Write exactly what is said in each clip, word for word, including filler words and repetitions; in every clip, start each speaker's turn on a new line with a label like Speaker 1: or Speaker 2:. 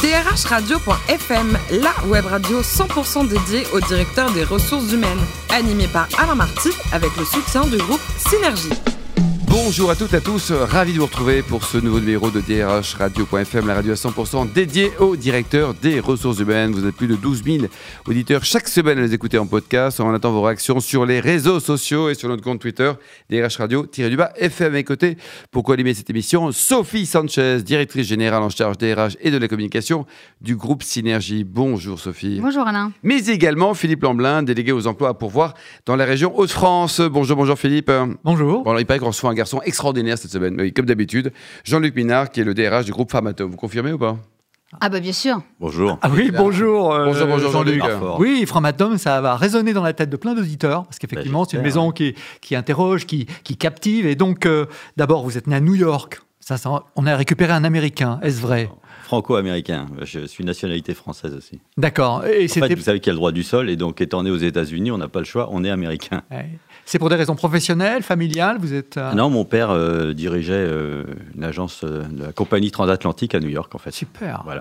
Speaker 1: D R H radio point F M, la web radio cent pour cent dédiée au directeur des ressources humaines, animée par Alain Marty avec le soutien du groupe Synergie.
Speaker 2: Bonjour à toutes et à tous, ravi de vous retrouver pour ce nouveau numéro de D R H radio point F M, la radio à cent pour cent dédiée au directeur des ressources humaines. Vous êtes plus de douze mille auditeurs chaque semaine à les écouter en podcast. On attend vos réactions sur les réseaux sociaux et sur notre compte Twitter, D R H radio-du-bas F M. À mes côtés, pour co-animer cette émission, Sophie Sanchez, directrice générale en charge des R H et de la communication du groupe Synergie. Bonjour Sophie.
Speaker 3: Bonjour Alain.
Speaker 2: Mais également Philippe Lamblin, délégué aux emplois à pourvoir dans la région Hauts-de-France. Bonjour, bonjour Philippe.
Speaker 4: Bonjour.
Speaker 2: Bon, alors, il paraît qu'on reçoit un garçon extraordinaire cette semaine, oui, comme d'habitude. Jean-Luc Minard, qui est le D R H du groupe Framatome. Vous confirmez ou pas ?
Speaker 3: Ah bah bien sûr.
Speaker 5: Bonjour.
Speaker 4: Ah oui, bonjour. Euh,
Speaker 2: bonjour, bonjour Jean-Luc.
Speaker 5: Jean-Luc.
Speaker 4: Oui, Framatome, ça va résonner dans la tête de plein d'auditeurs, parce qu'effectivement,
Speaker 5: bah,
Speaker 4: c'est une maison qui, qui interroge, qui, qui captive. Et donc, euh, d'abord, vous êtes né à New York. Ça, ça, on a récupéré un Américain. Est-ce vrai ?
Speaker 5: Franco-américain. Je suis nationalité française aussi.
Speaker 4: D'accord. Et
Speaker 5: en
Speaker 4: c'était...
Speaker 5: fait, vous savez qu'il y a le droit du sol, et donc étant né aux États-Unis, on n'a pas le choix, on est américain.
Speaker 4: Ouais. C'est pour des raisons professionnelles, familiales, vous êtes... Euh...
Speaker 5: Non, mon père euh, dirigeait euh, une agence euh, de la compagnie transatlantique à New York, en fait.
Speaker 4: Super.
Speaker 5: Voilà.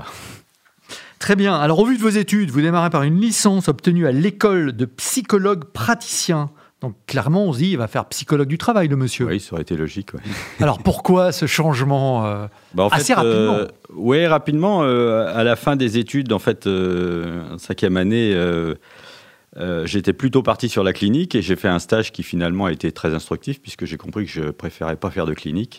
Speaker 4: Très bien. Alors, au vu de vos études, vous démarrez par une licence obtenue à l'école de psychologue praticien. Donc, clairement, on se dit, il va faire psychologue du travail, le monsieur.
Speaker 5: Oui, ça aurait été logique. Ouais.
Speaker 4: Alors, pourquoi ce changement euh,
Speaker 5: bah, en
Speaker 4: assez
Speaker 5: fait,
Speaker 4: rapidement
Speaker 5: euh, Oui, rapidement. Euh, à la fin des études, en fait, euh, en cinquième année... Euh, Euh, j'étais plutôt parti sur la clinique et j'ai fait un stage qui finalement a été très instructif puisque j'ai compris que je préférais pas faire de clinique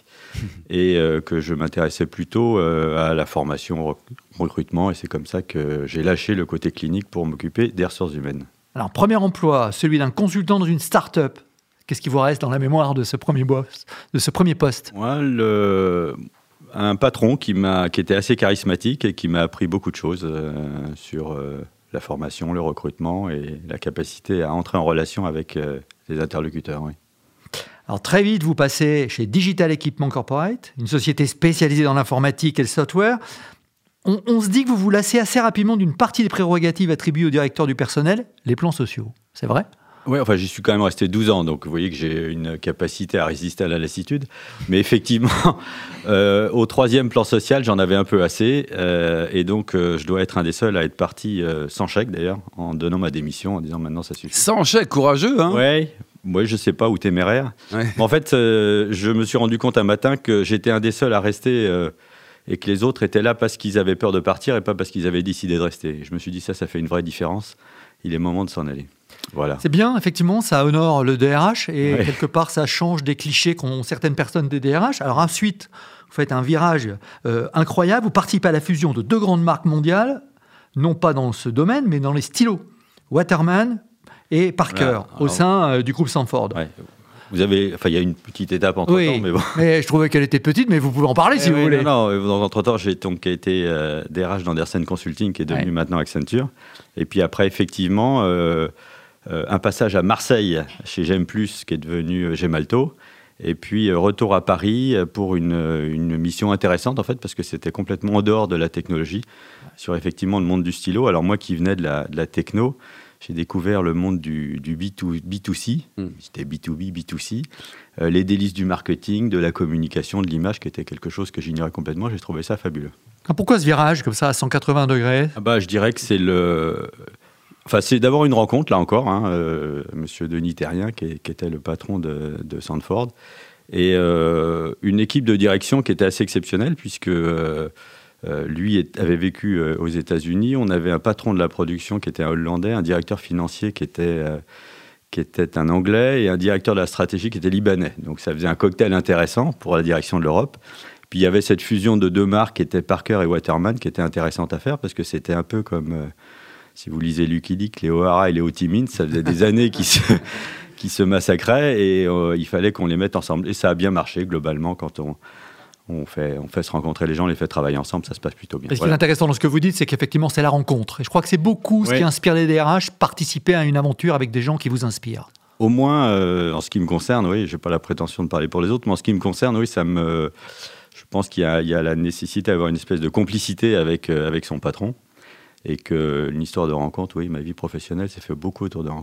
Speaker 5: et euh, que je m'intéressais plutôt euh, à la formation, rec- recrutement, et c'est comme ça que j'ai lâché le côté clinique pour m'occuper des ressources humaines.
Speaker 4: Alors, premier emploi, celui d'un consultant dans une start-up. Qu'est-ce qui vous reste dans la mémoire de ce premier, boss, de ce premier poste ?
Speaker 5: Moi, le... un patron qui, m'a, qui était assez charismatique et qui m'a appris beaucoup de choses euh, sur... Euh, la formation, le recrutement et la capacité à entrer en relation avec euh, les interlocuteurs. Oui.
Speaker 4: Alors très vite, vous passez chez Digital Equipment Corporate, une société spécialisée dans l'informatique et le software. On, on se dit que vous vous lassez assez rapidement d'une partie des prérogatives attribuées au directeur du personnel, les plans sociaux. C'est vrai ?
Speaker 5: Oui, enfin, j'y suis quand même resté douze ans, donc vous voyez que j'ai une capacité à résister à la lassitude. Mais effectivement, euh, au troisième plan social, j'en avais un peu assez. Euh, et donc, euh, je dois être un des seuls à être parti euh, sans chèque, d'ailleurs, en donnant ma démission, en disant maintenant, ça suffit.
Speaker 2: Sans chèque, courageux, hein ?
Speaker 5: Oui, moi, je ne sais pas, ou téméraire. Ouais. En fait, euh, je me suis rendu compte un matin que j'étais un des seuls à rester euh, et que les autres étaient là parce qu'ils avaient peur de partir et pas parce qu'ils avaient décidé de rester. Et je me suis dit, ça, ça fait une vraie différence. Il est moment de s'en aller. Voilà.
Speaker 4: C'est bien, effectivement, ça honore le D R H et ouais. quelque part, ça change des clichés qu'ont certaines personnes des D R H. Alors ensuite, vous faites un virage euh, incroyable, vous participez à la fusion de deux grandes marques mondiales, non pas dans ce domaine, mais dans les stylos, Waterman et Parker, voilà. Alors, au sein euh, du groupe Sanford.
Speaker 5: Ouais. Vous avez, enfin, il y a une petite étape entre
Speaker 4: oui,
Speaker 5: temps, mais bon.
Speaker 4: Mais je trouvais qu'elle était petite, mais vous pouvez en parler si
Speaker 5: eh
Speaker 4: vous
Speaker 5: oui,
Speaker 4: voulez.
Speaker 5: Non, non, entre temps, j'ai donc été euh, D R H d'Andersen Consulting, qui est devenu ouais. maintenant Accenture. Et puis après, effectivement, euh, euh, un passage à Marseille chez Gem Plus, qui est devenu Gemalto. Et puis euh, retour à Paris pour une, une mission intéressante, en fait, parce que c'était complètement en dehors de la technologie, sur effectivement le monde du stylo. Alors moi, qui venais de la, de la techno, j'ai découvert le monde du, du B deux C, mmh. c'était B deux B, B deux C, euh, les délices du marketing, de la communication, de l'image, qui était quelque chose que j'ignorais complètement. J'ai trouvé ça fabuleux.
Speaker 4: Ah, pourquoi ce virage, comme ça, à cent quatre-vingts degrés ?
Speaker 5: ah bah, Je dirais que c'est le... Enfin, c'est d'abord une rencontre, là encore, hein, euh, Monsieur Denis Terrien, qui, est, qui était le patron de, de Sanford, et euh, une équipe de direction qui était assez exceptionnelle, puisque... Euh, Euh, lui est, avait vécu euh, aux États-Unis. On avait un patron de la production qui était un Hollandais, un directeur financier qui était, euh, qui était un Anglais et un directeur de la stratégie qui était Libanais. Donc ça faisait un cocktail intéressant pour la direction de l'Europe. Puis il y avait cette fusion de deux marques qui étaient Parker et Waterman qui était intéressante à faire parce que c'était un peu comme, euh, si vous lisez Lucky Luke, les O'Hara et les Ho Chi Minh, ça faisait des années qu'ils se, qu'ils se massacraient et euh, il fallait qu'on les mette ensemble. Et ça a bien marché globalement quand on... On fait, on fait se rencontrer les gens, on les fait travailler ensemble, ça se passe plutôt bien.
Speaker 4: Et ce
Speaker 5: voilà.
Speaker 4: qui est intéressant dans ce que vous dites, c'est qu'effectivement, c'est la rencontre. Et je crois que c'est beaucoup ce oui. qui inspire les D R H, participer à une aventure avec des gens qui vous inspirent.
Speaker 5: Au moins, euh, en ce qui me concerne, oui, je n'ai pas la prétention de parler pour les autres, mais en ce qui me concerne, oui, ça me, je pense qu'il y a, il y a la nécessité d'avoir une espèce de complicité avec, euh, avec son patron. Et qu'une histoire de rencontre, oui, ma vie professionnelle s'est fait beaucoup autour de rencontres.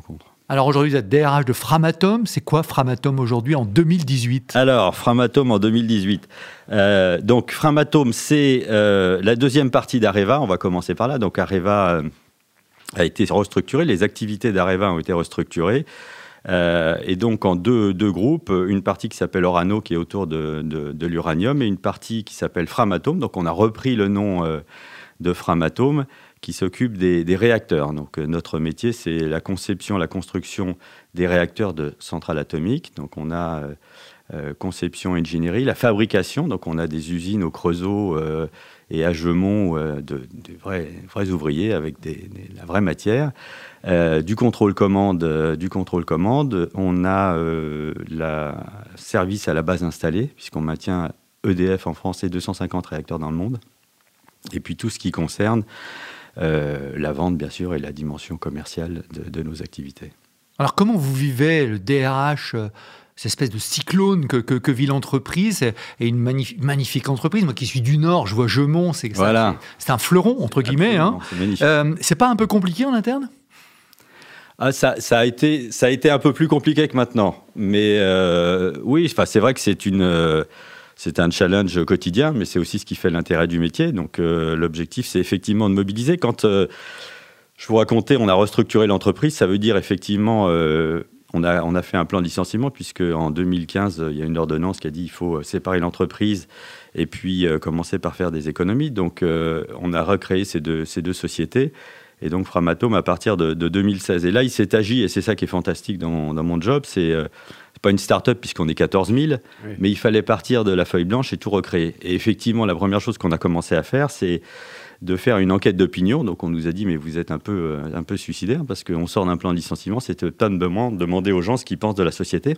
Speaker 4: Alors aujourd'hui, vous êtes D R H de Framatome. C'est quoi Framatome aujourd'hui en deux mille dix-huit ?
Speaker 5: Alors, Framatome en deux mille dix-huit. Euh, donc, Framatome, c'est euh, la deuxième partie d'Areva. On va commencer par là. Donc, Areva euh, a été restructuré. Les activités d'Areva ont été restructurées. Euh, et donc, en deux, deux groupes. Une partie qui s'appelle Orano, qui est autour de, de, de l'uranium, et une partie qui s'appelle Framatome. Donc, on a repris le nom euh, de Framatome, qui s'occupe des, des réacteurs. Donc, euh, notre métier, c'est la conception, la construction des réacteurs de centrales atomiques. Donc, on a euh, euh, conception, ingénierie, la fabrication. Donc, on a des usines au Creusot euh, et à Gemont, euh, de, de vrais, vrais ouvriers avec des, des, la vraie matière. Euh, du contrôle-commande, euh, du contrôle-commande. On a euh, le service à la base installée, puisqu'on maintient E D F en France et deux cent cinquante réacteurs dans le monde. Et puis, tout ce qui concerne Euh, la vente, bien sûr, et la dimension commerciale de, de nos activités.
Speaker 4: Alors, comment vous vivez le D R H, euh, cette espèce de cyclone que, que, que vit l'entreprise, et une magnifique, magnifique entreprise. Moi qui suis du Nord, je vois Gemont, c'est,
Speaker 5: voilà.
Speaker 4: c'est, c'est un fleuron, entre guillemets. Hein.
Speaker 5: C'est magnifique.
Speaker 4: Euh, c'est pas un peu compliqué en interne ?
Speaker 5: Ah, ça, ça, a été, ça a été un peu plus compliqué que maintenant. Mais euh, oui, c'est vrai que c'est une... Euh, C'est un challenge quotidien, mais c'est aussi ce qui fait l'intérêt du métier. Donc, euh, l'objectif, c'est effectivement de mobiliser. Quand euh, je vous racontais, on a restructuré l'entreprise, ça veut dire effectivement, euh, on, a, on a fait un plan de licenciement, puisque en deux mille quinze, il y a une ordonnance qui a dit qu'il faut séparer l'entreprise et puis euh, commencer par faire des économies. Donc, euh, on a recréé ces deux, ces deux sociétés. Et donc, Framatome, à partir de, de deux mille seize. Et là, il s'est agi, et c'est ça qui est fantastique dans, dans mon job, c'est... Euh, pas une start-up puisqu'on est quatorze mille, oui. Mais il fallait partir de la feuille blanche et tout recréer. Et effectivement, la première chose qu'on a commencé à faire, c'est de faire une enquête d'opinion. Donc, on nous a dit, mais vous êtes un peu, un peu suicidaire parce qu'on sort d'un plan de licenciement, c'était pas de demander aux gens ce qu'ils pensent de la société.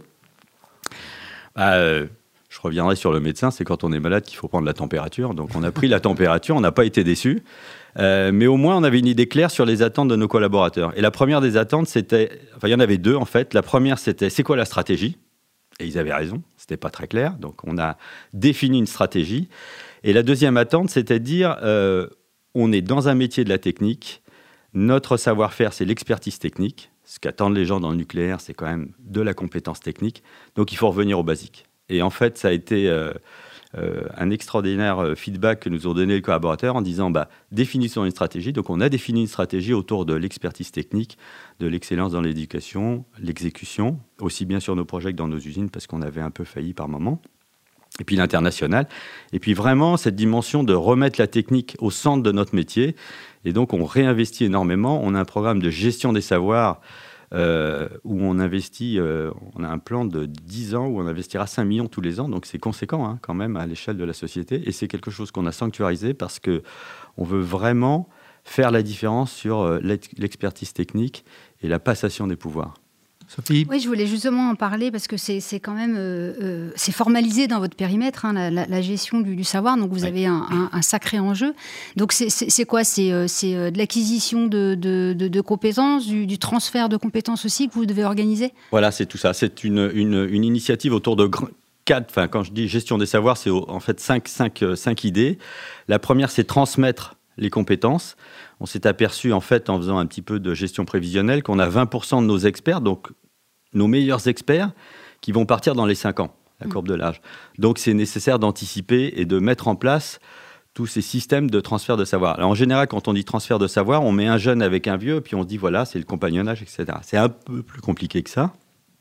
Speaker 5: Bah, euh, je reviendrai sur le médecin, c'est quand on est malade qu'il faut prendre la température. Donc, on a pris la température, on n'a pas été déçus. Euh, mais au moins, on avait une idée claire sur les attentes de nos collaborateurs. Et la première des attentes, c'était... Enfin, il y en avait deux, en fait. La première, c'était, c'est quoi la stratégie ? Et ils avaient raison, c'était pas très clair. Donc, on a défini une stratégie. Et la deuxième attente, c'était de dire, euh, on est dans un métier de la technique. Notre savoir-faire, c'est l'expertise technique. Ce qu'attendent les gens dans le nucléaire, c'est quand même de la compétence technique. Donc, il faut revenir aux basiques. Et en fait, ça a été... Euh, Euh, un extraordinaire feedback que nous ont donné les collaborateurs en disant bah, définissons une stratégie. Donc on a défini une stratégie autour de l'expertise technique, de l'excellence dans l'éducation, l'exécution, aussi bien sur nos projets que dans nos usines parce qu'on avait un peu failli par moment. Et puis l'international. Et puis vraiment cette dimension de remettre la technique au centre de notre métier. Et donc on réinvestit énormément. On a un programme de gestion des savoirs Euh, où on investit, euh, on a un plan de dix ans où on investira cinq millions tous les ans, donc c'est conséquent hein, quand même à l'échelle de la société, et c'est quelque chose qu'on a sanctuarisé parce qu'on veut vraiment faire la différence sur euh, l'expertise technique et la passation des pouvoirs.
Speaker 4: Sophie ?
Speaker 3: Oui, je voulais justement en parler parce que c'est, c'est quand même euh, euh, c'est formalisé dans votre périmètre, hein, la, la, la gestion du, du savoir. Donc vous oui. avez un, un, un sacré enjeu. Donc c'est, c'est, c'est quoi ? C'est, euh, c'est euh, de l'acquisition de, de, de, de compétences, du, du transfert de compétences aussi que vous devez organiser ?
Speaker 5: Voilà, c'est tout ça. C'est une, une, une initiative autour de gr- quatre. Enfin, quand je dis gestion des savoirs, c'est en fait cinq, cinq, cinq idées. La première, c'est transmettre les compétences. On s'est aperçu, en fait, en faisant un petit peu de gestion prévisionnelle, qu'on a vingt pour cent de nos experts, donc nos meilleurs experts, qui vont partir dans les cinq ans, la courbe de l'âge. Donc, c'est nécessaire d'anticiper et de mettre en place tous ces systèmes de transfert de savoir. Alors, en général, quand on dit transfert de savoir, on met un jeune avec un vieux, puis on se dit, voilà, c'est le compagnonnage, et cetera. C'est un peu plus compliqué que ça.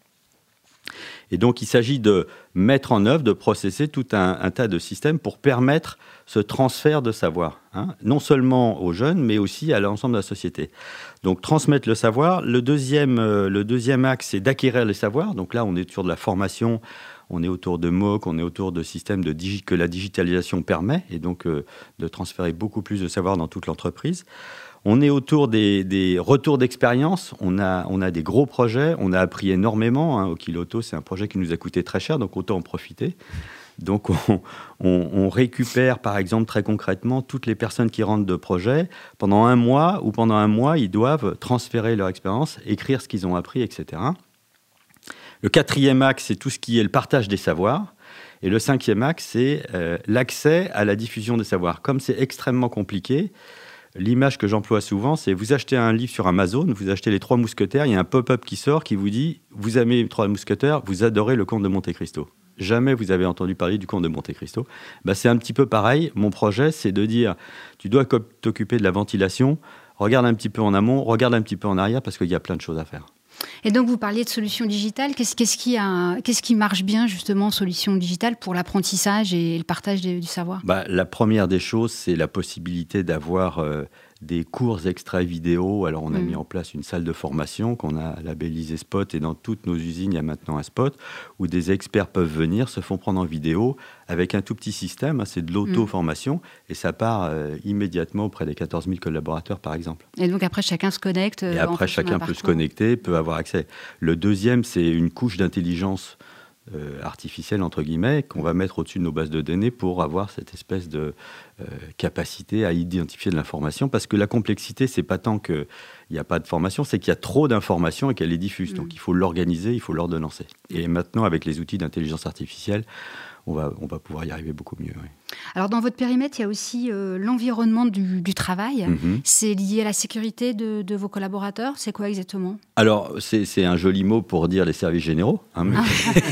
Speaker 5: Et donc, il s'agit de mettre en œuvre, de processer tout un, un tas de systèmes pour permettre ce transfert de savoir, hein, non seulement aux jeunes, mais aussi à l'ensemble de la société. Donc, transmettre le savoir. Le deuxième, euh, le deuxième axe, c'est d'acquérir les savoirs. Donc là, on est sur de la formation, on est autour de M O C, on est autour de systèmes de digi- que la digitalisation permet, et donc euh, de transférer beaucoup plus de savoir dans toute l'entreprise. On est autour des, des retours d'expérience. On a, on a des gros projets. On a appris énormément. Hein. Okiloto, c'est un projet qui nous a coûté très cher, donc autant en profiter. Donc, on, on, on récupère, par exemple, très concrètement, toutes les personnes qui rentrent de projet. Pendant un mois ou pendant un mois, ils doivent transférer leur expérience, écrire ce qu'ils ont appris, et cetera. Le quatrième axe, c'est tout ce qui est le partage des savoirs. Et le cinquième axe, c'est euh, l'accès à la diffusion des savoirs. Comme c'est extrêmement compliqué, l'image que j'emploie souvent, c'est vous achetez un livre sur Amazon, vous achetez les Trois Mousquetaires, il y a un pop-up qui sort qui vous dit « Vous aimez les Trois Mousquetaires, vous adorez le Comte de Monte Cristo ». Jamais vous avez entendu parler du Comte de Monte Cristo. Bah, c'est un petit peu pareil. Mon projet, c'est de dire « Tu dois t'occuper de la ventilation, regarde un petit peu en amont, regarde un petit peu en arrière, parce qu'il y a plein de choses à faire ».
Speaker 3: Et donc, vous parliez de solutions digitales. Qu'est-ce, qu'est-ce, qui, a, qu'est-ce qui marche bien, justement, en solutions digitales pour l'apprentissage et le partage de, du savoir ?
Speaker 5: bah, La première des choses, c'est la possibilité d'avoir euh, des cours extraits vidéo. Alors, on a mmh. mis en place une salle de formation qu'on a labellisée Spot. Et dans toutes nos usines, il y a maintenant un Spot où des experts peuvent venir, se font prendre en vidéo avec un tout petit système. Hein, c'est de l'auto-formation. Mmh. Et ça part euh, immédiatement auprès des quatorze mille collaborateurs, par exemple.
Speaker 3: Et donc, après, chacun se connecte.
Speaker 5: Et après, chacun peut se connecter, peut avoir accès. Le deuxième, c'est une couche d'intelligence euh, artificielle, entre guillemets, qu'on va mettre au-dessus de nos bases de données pour avoir cette espèce de euh, capacité à identifier de l'information. Parce que la complexité, c'est pas tant qu'il n'y a pas de formation, c'est qu'il y a trop d'informations et qu'elle les diffuse. Mmh. Donc, il faut l'organiser, il faut l'ordonnancer. Et maintenant, avec les outils d'intelligence artificielle, on va, on va pouvoir y arriver beaucoup mieux. Oui.
Speaker 3: Alors, dans votre périmètre, il y a aussi euh, l'environnement du, du travail. Mm-hmm. C'est lié à la sécurité de, de vos collaborateurs. C'est quoi exactement ?
Speaker 5: Alors, c'est, c'est un joli mot pour dire les services généraux. Hein, mais...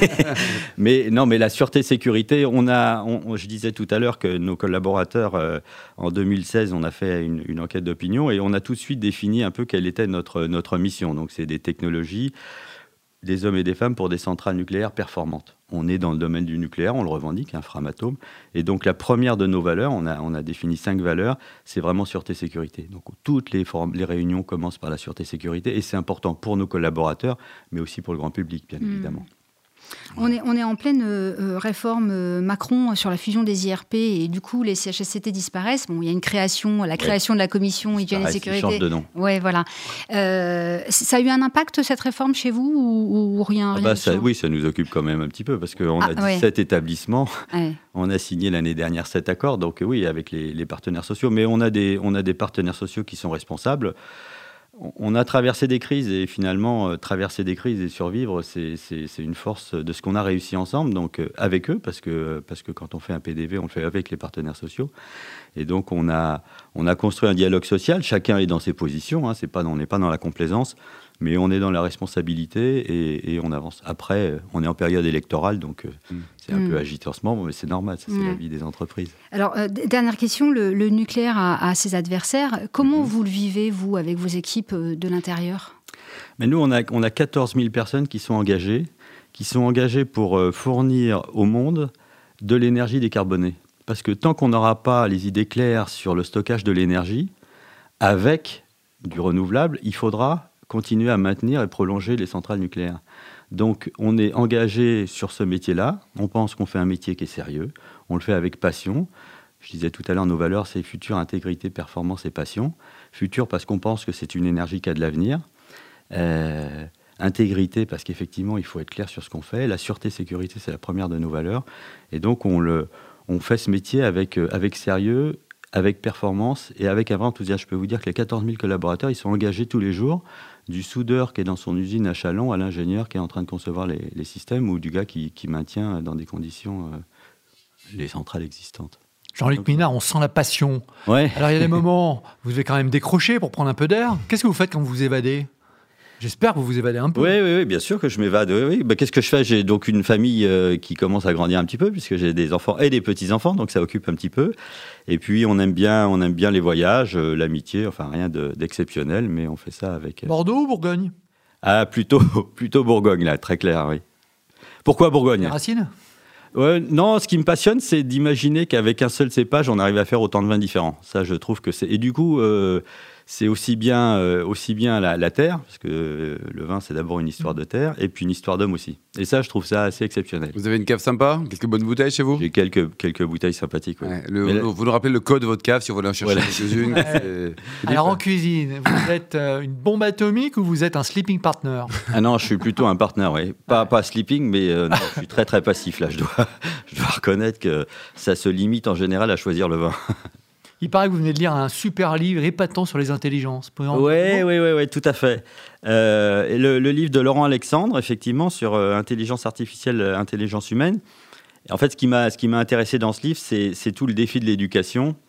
Speaker 5: mais non, mais la sûreté-sécurité, on a, on, je disais tout à l'heure que nos collaborateurs, euh, en deux mille seize, on a fait une, une enquête d'opinion et on a tout de suite défini un peu quelle était notre, notre mission. Donc, c'est des technologies, des hommes et des femmes pour des centrales nucléaires performantes. On est dans le domaine du nucléaire, on le revendique, un Framatome. Et donc, la première de nos valeurs, on a, on a défini cinq valeurs, c'est vraiment sûreté-sécurité. Donc, toutes les, formes, les réunions commencent par la sûreté-sécurité et c'est important pour nos collaborateurs, mais aussi pour le grand public, bien mmh. évidemment.
Speaker 3: On est, on est en pleine euh, réforme euh, Macron sur la fusion des I R P et du coup les C H S C T disparaissent. Bon, il y a une création, la création ouais. de la commission hygiène et sécurité.
Speaker 5: Ils changent de nom.
Speaker 3: Ouais, voilà. Euh, ça a eu un impact cette réforme chez vous ou, ou rien,
Speaker 5: ah
Speaker 3: rien
Speaker 5: bah ça, Oui, ça nous occupe quand même un petit peu parce qu'on ah, a dix-sept ouais. établissements. Ouais. On a signé l'année dernière sept accords, donc oui, avec les, les partenaires sociaux. Mais on a des, on a des partenaires sociaux qui sont responsables. On a traversé des crises et finalement, euh, traverser des crises et survivre, c'est, c'est, c'est une force de ce qu'on a réussi ensemble, donc euh, avec eux, parce que, parce que quand on fait un P D V, on le fait avec les partenaires sociaux. Et donc, on a, on a construit un dialogue social, chacun est dans ses positions, hein, c'est pas, on n'est pas dans la complaisance, mais on est dans la responsabilité et, et on avance. Après, on est en période électorale, donc euh, mmh. c'est un mmh. peu agité en ce moment, mais c'est normal, ça, c'est mmh. la vie des entreprises.
Speaker 3: Alors, euh, dernière question, le, le nucléaire a, a ses adversaires. Comment mmh. vous le vivez, vous, avec vos équipes de l'intérieur ?
Speaker 5: Mais nous, on a, on a quatorze mille personnes qui sont engagées, qui sont engagées pour euh, fournir au monde de l'énergie décarbonée. Parce que tant qu'on n'aura pas les idées claires sur le stockage de l'énergie, avec du renouvelable, il faudra continuer à maintenir et prolonger les centrales nucléaires. Donc, on est engagé sur ce métier-là. On pense qu'on fait un métier qui est sérieux. On le fait avec passion. Je disais tout à l'heure, nos valeurs, c'est futur, intégrité, performance et passion. Futur, parce qu'on pense que c'est une énergie qui a de l'avenir. Euh, intégrité, parce qu'effectivement, il faut être clair sur ce qu'on fait. La sûreté, sécurité, c'est la première de nos valeurs. Et donc, on, le, on fait ce métier avec, avec sérieux, avec performance et avec un vrai enthousiasme. Je peux vous dire que les quatorze mille collaborateurs, ils sont engagés tous les jours, du soudeur qui est dans son usine à Châlons à l'ingénieur qui est en train de concevoir les, les systèmes ou du gars qui, qui maintient dans des conditions euh, les centrales existantes.
Speaker 4: Jean-Luc Donc, Minard, on sent la passion.
Speaker 5: Ouais.
Speaker 4: Alors il y a des moments, vous devez quand même décrocher pour prendre un peu d'air. Qu'est-ce que vous faites quand vous vous évadez ? J'espère que vous vous évadez un peu.
Speaker 5: Oui, oui, oui, bien sûr que je m'évade. Oui, oui. Bah, qu'est-ce que je fais ? J'ai donc une famille euh, qui commence à grandir un petit peu, puisque j'ai des enfants et des petits-enfants, donc ça occupe un petit peu. Et puis, on aime bien, on aime bien les voyages, euh, l'amitié, enfin rien de, d'exceptionnel, mais on fait ça avec... Euh...
Speaker 4: Bordeaux ou Bourgogne ?
Speaker 5: Ah, plutôt, plutôt Bourgogne, là, très clair, oui. Pourquoi Bourgogne ?
Speaker 4: Les racines ?
Speaker 5: Ouais, non, ce qui me passionne, c'est d'imaginer qu'avec un seul cépage, on arrive à faire autant de vins différents. Ça, je trouve que c'est... Et du coup... Euh, c'est aussi bien, euh, aussi bien la, la terre, parce que euh, le vin, c'est d'abord une histoire de terre, et puis une histoire d'homme aussi. Et ça, je trouve ça assez exceptionnel.
Speaker 2: Vous avez une cave sympa ? Quelques bonnes bouteilles chez vous ?
Speaker 5: J'ai quelques, quelques bouteilles sympathiques, oui. Ouais,
Speaker 2: le,
Speaker 5: là...
Speaker 2: Vous nous rappelez le code de votre cave, si vous voulez en chercher voilà. quelques-unes.
Speaker 4: Ouais. Alors, en cuisine, vous êtes euh, une bombe atomique ou vous êtes un sleeping partner ?
Speaker 5: Ah non, je suis plutôt un partner, oui. Pas, pas sleeping, mais euh, non, je suis très, très passif, là. Je dois, je dois reconnaître que ça se limite en général à choisir le vin.
Speaker 4: Il paraît que vous venez de lire un super livre épatant sur les intelligences.
Speaker 5: Oui, oui, oui, ouais, tout à fait. Euh, et le, le livre de Laurent Alexandre, effectivement, sur euh, intelligence artificielle, euh, intelligence humaine. Et en fait, ce qui m'a, ce qui m'a intéressé dans ce livre, c'est, c'est tout le défi de l'éducation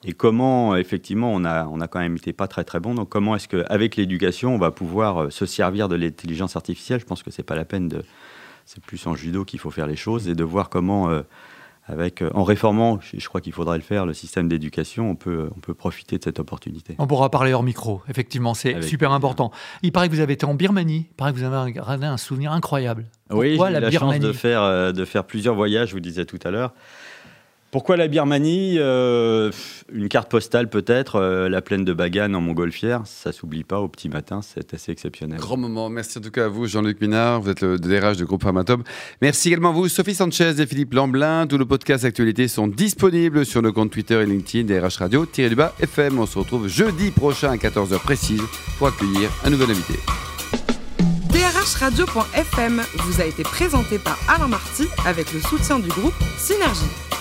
Speaker 5: Et comment, effectivement, on a, on a quand même été pas très très bon. Donc comment est-ce qu'avec l'éducation, on va pouvoir se servir de l'intelligence artificielle ? Je pense que c'est pas la peine de... C'est plus en judo qu'il faut faire les choses et de voir comment, euh, avec, en réformant, je crois qu'il faudrait le faire, le système d'éducation, on peut, on peut profiter de cette opportunité.
Speaker 4: On pourra parler hors micro, effectivement, c'est avec super important. Il paraît que vous avez été en Birmanie, il paraît que vous avez un, un souvenir incroyable.
Speaker 5: Pourquoi oui, j'ai eu la, la chance de faire, euh, de faire plusieurs voyages, je vous disais tout à l'heure. Pourquoi la Birmanie ? euh, Une carte postale peut-être, euh, la plaine de Bagan en montgolfière, ça ne s'oublie pas au petit matin, c'est assez exceptionnel.
Speaker 2: Grand moment, merci en tout cas à vous Jean-Luc Minard, vous êtes le D R H de groupe Framatome. Merci également à vous Sophie Sanchez et Philippe Lamblin, tous nos podcasts d'actualité sont disponibles sur nos comptes Twitter et LinkedIn, D R H Radio-du-bas F M. On se retrouve jeudi prochain à quatorze heures précise pour accueillir un nouvel invité.
Speaker 1: D R H Radio point F M vous a été présenté par Alain Marty avec le soutien du groupe Synergie.